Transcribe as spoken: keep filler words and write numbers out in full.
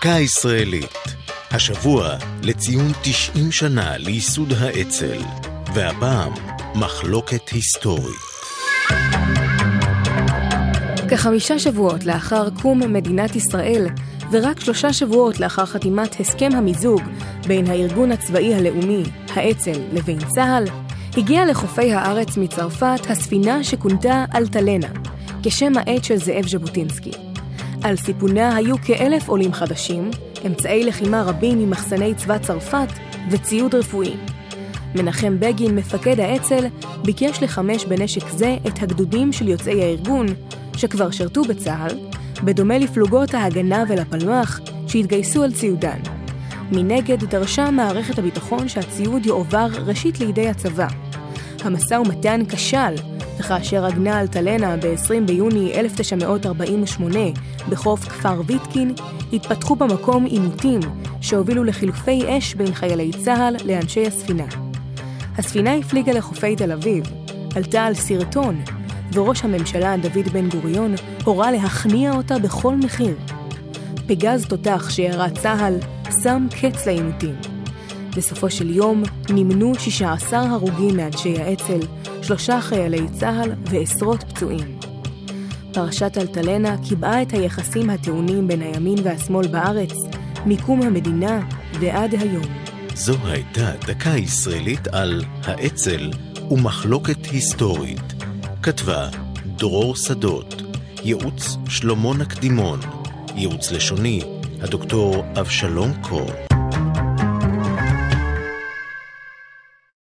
דקה ישראלית. השבוע לציון תשעים שנה לייסוד האצ"ל, והפעם מחלוקת היסטורית. כחמישה שבועות לאחר קום מדינת ישראל, ורק שלושה שבועות לאחר חתימת הסכם המיזוג בין הארגון הצבאי הלאומי, האצ"ל, לבין צה"ל, הגיעה לחופי הארץ מצרפת הספינה שכונתה אלטלנה, כשם העט של זאב ז'בוטינסקי. על סיפונה היו כאלף עולים חדשים, אמצעי לחימה רבים ממחסני צבא צרפת וציוד רפואי. מנחם בגין, מפקד האצ"ל, ביקש לחמש בנשק זה את הגדודים של יוצאי הארגון, שכבר שרתו בצה"ל, בדומה לפלוגות ההגנה ולפלמ"ח שהתגייסו על ציודן. מנגד דרשה מערכת הביטחון שהציוד יועבר ראשית לידי הצבא. המשא ומתן כשל, וכאשר עגנה אלטלנה ב-עשרים ביוני אלף תשע מאות ארבעים ושמונה בחוף כפר ויטקין, התפתחו במקום עימותים שהובילו לחילופי אש בין חיילי צה"ל לאנשי הספינה. הספינה הפליגה לחופי תל אביב, עלתה על סרטון, וראש הממשלה דוד בן גוריון הורה להכניע אותה בכל מחיר. פגז תותח שירה צה"ל שם קץ לעימותים. בסופו של יום נמנו שישה עשר הרוגים מאנשי האצ"ל, שלושה חיילי צה"ל ועשרות פצועים. פרשת אלטלנה קיבעה את היחסים הטעונים בין הימין והשמאל בארץ, מקום המדינה ועד היום. זו הייתה דקה ישראלית על האצ"ל ומחלוקת היסטורית. כתבה דרור שדות, ייעוץ שלמה נקדימון, ייעוץ לשוני הדוקטור אבשלום קור.